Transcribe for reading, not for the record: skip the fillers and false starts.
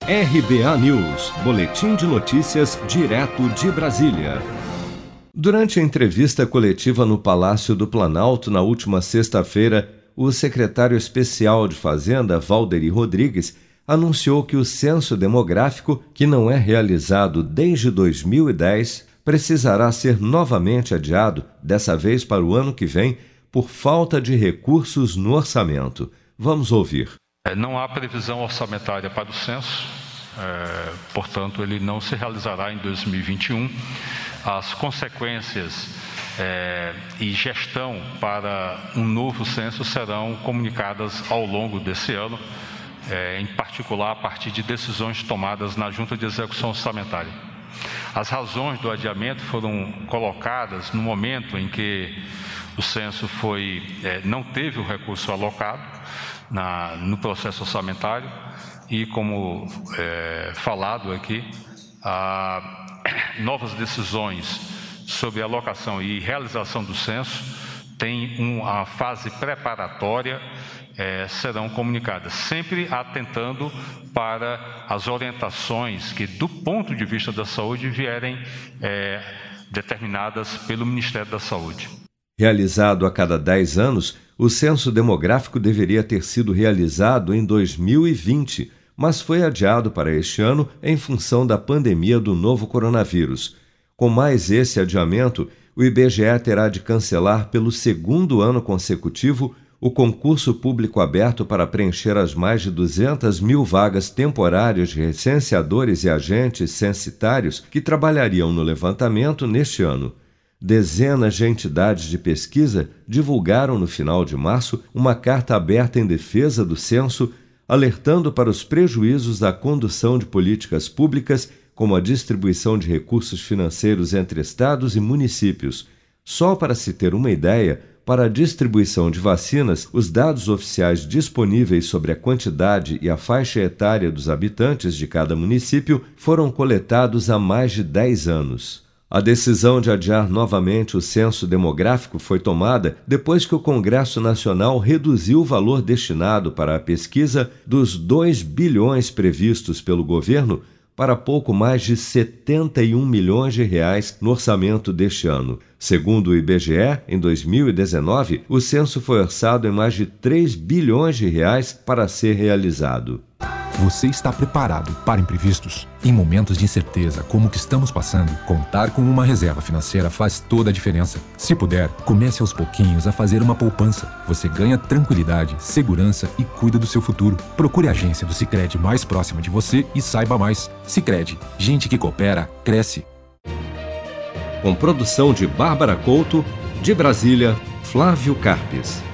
RBA News, boletim de notícias direto de Brasília. Durante a entrevista coletiva no Palácio do Planalto na última sexta-feira, o secretário especial de Fazenda, Valderi Rodrigues, anunciou que o censo demográfico, que não é realizado desde 2010, precisará ser novamente adiado, dessa vez para o ano que vem, por falta de recursos no orçamento. Vamos ouvir. Não há previsão orçamentária para o censo, portanto, ele não se realizará em 2021. As consequências e gestão para um novo censo serão comunicadas ao longo desse ano, em particular a partir de decisões tomadas na Junta de Execução Orçamentária. As razões do adiamento foram colocadas no momento em que o censo não teve o recurso alocado no processo orçamentário e, como falado aqui, novas decisões sobre alocação e realização do censo têm uma fase preparatória, serão comunicadas, sempre atentando para as orientações que, do ponto de vista da saúde, vierem determinadas pelo Ministério da Saúde. Realizado a cada 10 anos, o censo demográfico deveria ter sido realizado em 2020, mas foi adiado para este ano em função da pandemia do novo coronavírus. Com mais esse adiamento, o IBGE terá de cancelar pelo segundo ano consecutivo o concurso público aberto para preencher as mais de 200 mil vagas temporárias de recenseadores e agentes censitários que trabalhariam no levantamento neste ano. Dezenas de entidades de pesquisa divulgaram no final de março uma carta aberta em defesa do censo, alertando para os prejuízos da condução de políticas públicas, como a distribuição de recursos financeiros entre estados e municípios. Só para se ter uma ideia, para a distribuição de vacinas, os dados oficiais disponíveis sobre a quantidade e a faixa etária dos habitantes de cada município foram coletados há mais de 10 anos. A decisão de adiar novamente o censo demográfico foi tomada depois que o Congresso Nacional reduziu o valor destinado para a pesquisa dos 2 bilhões previstos pelo governo para pouco mais de 71 milhões de reais no orçamento deste ano. Segundo o IBGE, em 2019, o censo foi orçado em mais de 3 bilhões de reais para ser realizado. Você está preparado para imprevistos? Em momentos de incerteza como o que estamos passando, contar com uma reserva financeira faz toda a diferença. Se puder, comece aos pouquinhos a fazer uma poupança. Você ganha tranquilidade, segurança e cuida do seu futuro. Procure a agência do Sicredi mais próxima de você e saiba mais. Sicredi, gente que coopera, cresce. Com produção de Bárbara Couto, de Brasília, Flávio Carpes.